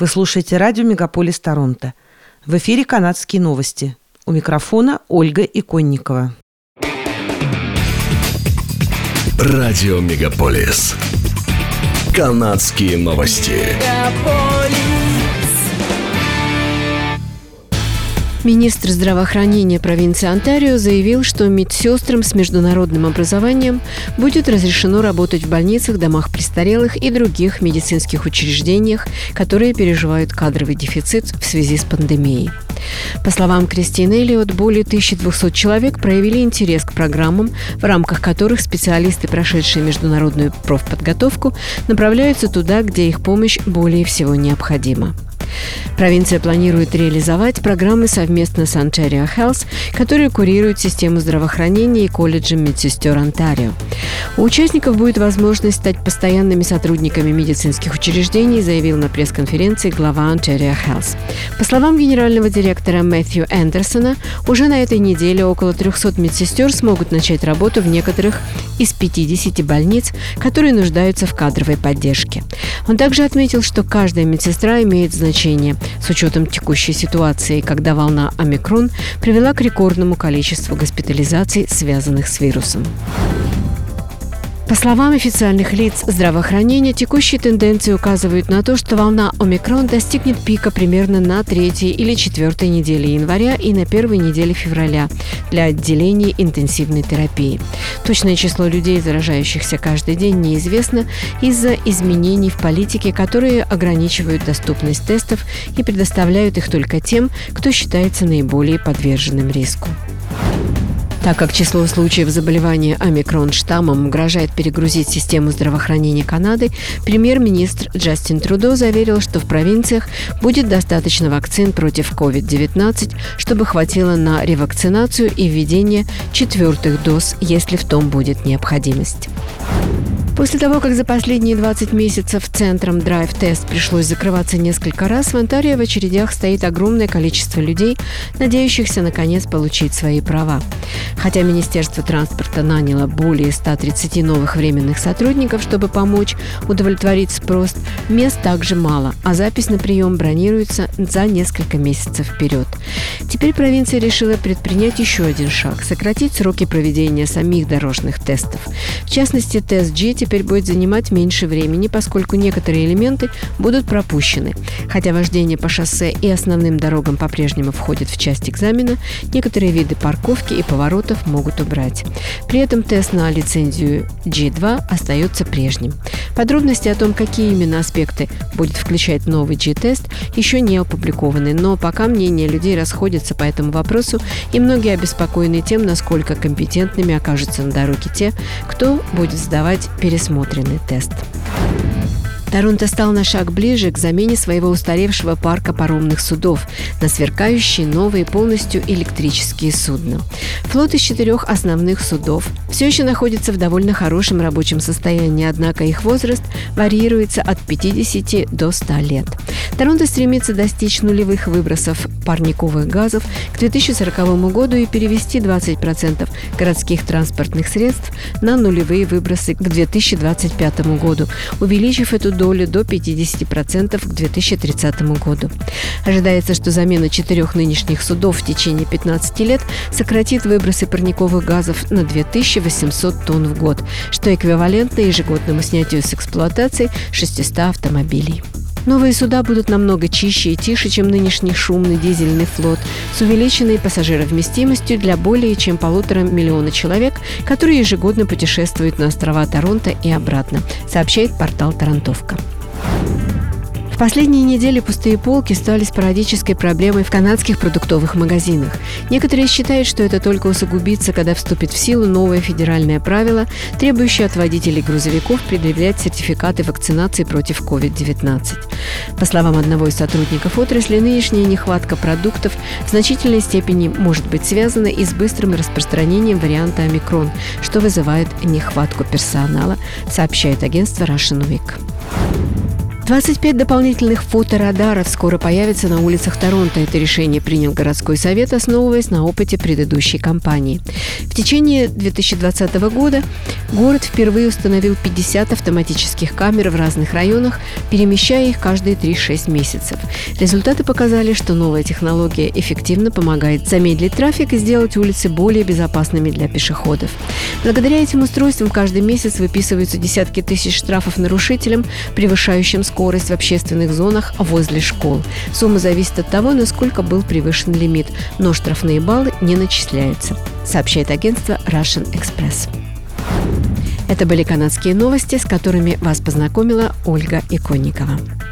Вы слушаете радио «Мегаполис Торонто». В эфире канадские новости. У микрофона Ольга Иконникова. Радио «Мегаполис». Канадские новости. Министр здравоохранения провинции Онтарио заявил, что медсестрам с международным образованием будет разрешено работать в больницах, домах престарелых и других медицинских учреждениях, которые переживают кадровый дефицит в связи с пандемией. По словам Кристин Эллиот, более 1200 человек проявили интерес к программам, в рамках которых специалисты, прошедшие международную профподготовку, направляются туда, где их помощь более всего необходима. Провинция планирует реализовать программы совместно с Ontario Health, которые курируют систему здравоохранения и колледжем медсестер Онтарио. У участников будет возможность стать постоянными сотрудниками медицинских учреждений, заявил на пресс-конференции глава Ontario Health. По словам генерального директора Мэтью Эндерсона, уже на этой неделе около 300 медсестер смогут начать работу в некоторых из 50 больниц, которые нуждаются в кадровой поддержке. Он также отметил, что каждая медсестра имеет значение с учетом текущей ситуации, когда волна омикрон привела к рекордному количеству госпитализаций, связанных с вирусом. По словам официальных лиц здравоохранения, текущие тенденции указывают на то, что волна омикрон достигнет пика примерно на 3-й или 4-й неделе января и на 1-й неделе февраля для отделений интенсивной терапии. Точное число людей, заражающихся каждый день, неизвестно из-за изменений в политике, которые ограничивают доступность тестов и предоставляют их только тем, кто считается наиболее подверженным риску. Так как число случаев заболевания омикрон-штаммом угрожает перегрузить систему здравоохранения Канады, премьер-министр Джастин Трюдо заверил, что в провинциях будет достаточно вакцин против COVID-19, чтобы хватило на ревакцинацию и введение 4-х доз, если в том будет необходимость. После того, как за последние 20 месяцев центром Drive Test пришлось закрываться несколько раз, в Онтарио в очередях стоит огромное количество людей, надеющихся наконец получить свои права. Хотя Министерство транспорта наняло более 130 новых временных сотрудников, чтобы помочь удовлетворить спрос, мест также мало, а запись на прием бронируется за несколько месяцев вперед. Теперь провинция решила предпринять еще один шаг – сократить сроки проведения самих дорожных тестов. В частности, тест G теперь будет занимать меньше времени, поскольку некоторые элементы будут пропущены. Хотя вождение по шоссе и основным дорогам по-прежнему входит в часть экзамена, некоторые виды парковки и поворотов могут убрать. При этом тест на лицензию G2 остается прежним. Подробности о том, какие именно аспекты будет включать новый G-тест, еще не опубликованы, но пока мнения людей расходятся по этому вопросу, и многие обеспокоены тем, насколько компетентными окажутся на дороге те, кто будет сдавать пересмотренный тест. Торонто стал на шаг ближе к замене своего устаревшего парка паромных судов на сверкающие новые полностью электрические судна. Флот из 4 основных судов все еще находится в довольно хорошем рабочем состоянии, однако их возраст варьируется от 50 до 100 лет. Торонто стремится достичь нулевых выбросов парниковых газов к 2040 году и перевести 20% городских транспортных средств на нулевые выбросы к 2025 году, увеличив эту долю до 50% к 2030 году. Ожидается, что замена 4 нынешних судов в течение 15 лет сократит выбросы парниковых газов на 2800 тонн в год, что эквивалентно ежегодному снятию с эксплуатации 600 автомобилей. Новые суда будут намного чище и тише, чем нынешний шумный дизельный флот, с увеличенной пассажировместимостью для более чем 1,5 миллиона человек, которые ежегодно путешествуют на острова Торонто и обратно, сообщает портал «Торонтовка». В последние недели пустые полки стали спорадической проблемой в канадских продуктовых магазинах. Некоторые считают, что это только усугубится, когда вступит в силу новое федеральное правило, требующее от водителей грузовиков предъявлять сертификаты вакцинации против COVID-19. По словам одного из сотрудников отрасли, нынешняя нехватка продуктов в значительной степени может быть связана и с быстрым распространением варианта омикрон, что вызывает нехватку персонала, сообщает агентство Russian Week. 25 дополнительных фоторадаров скоро появятся на улицах Торонто. Это решение принял городской совет, основываясь на опыте предыдущей кампании. В течение 2020 года город впервые установил 50 автоматических камер в разных районах, перемещая их каждые 3-6 месяцев. Результаты показали, что новая технология эффективно помогает замедлить трафик и сделать улицы более безопасными для пешеходов. Благодаря этим устройствам каждый месяц выписываются десятки тысяч штрафов нарушителям, превышающим скорость в общественных зонах возле школ. Сумма зависит от того, насколько был превышен лимит, но штрафные баллы не начисляются, сообщает агентство Russian Express. Это были канадские новости, с которыми вас познакомила Ольга Иконникова.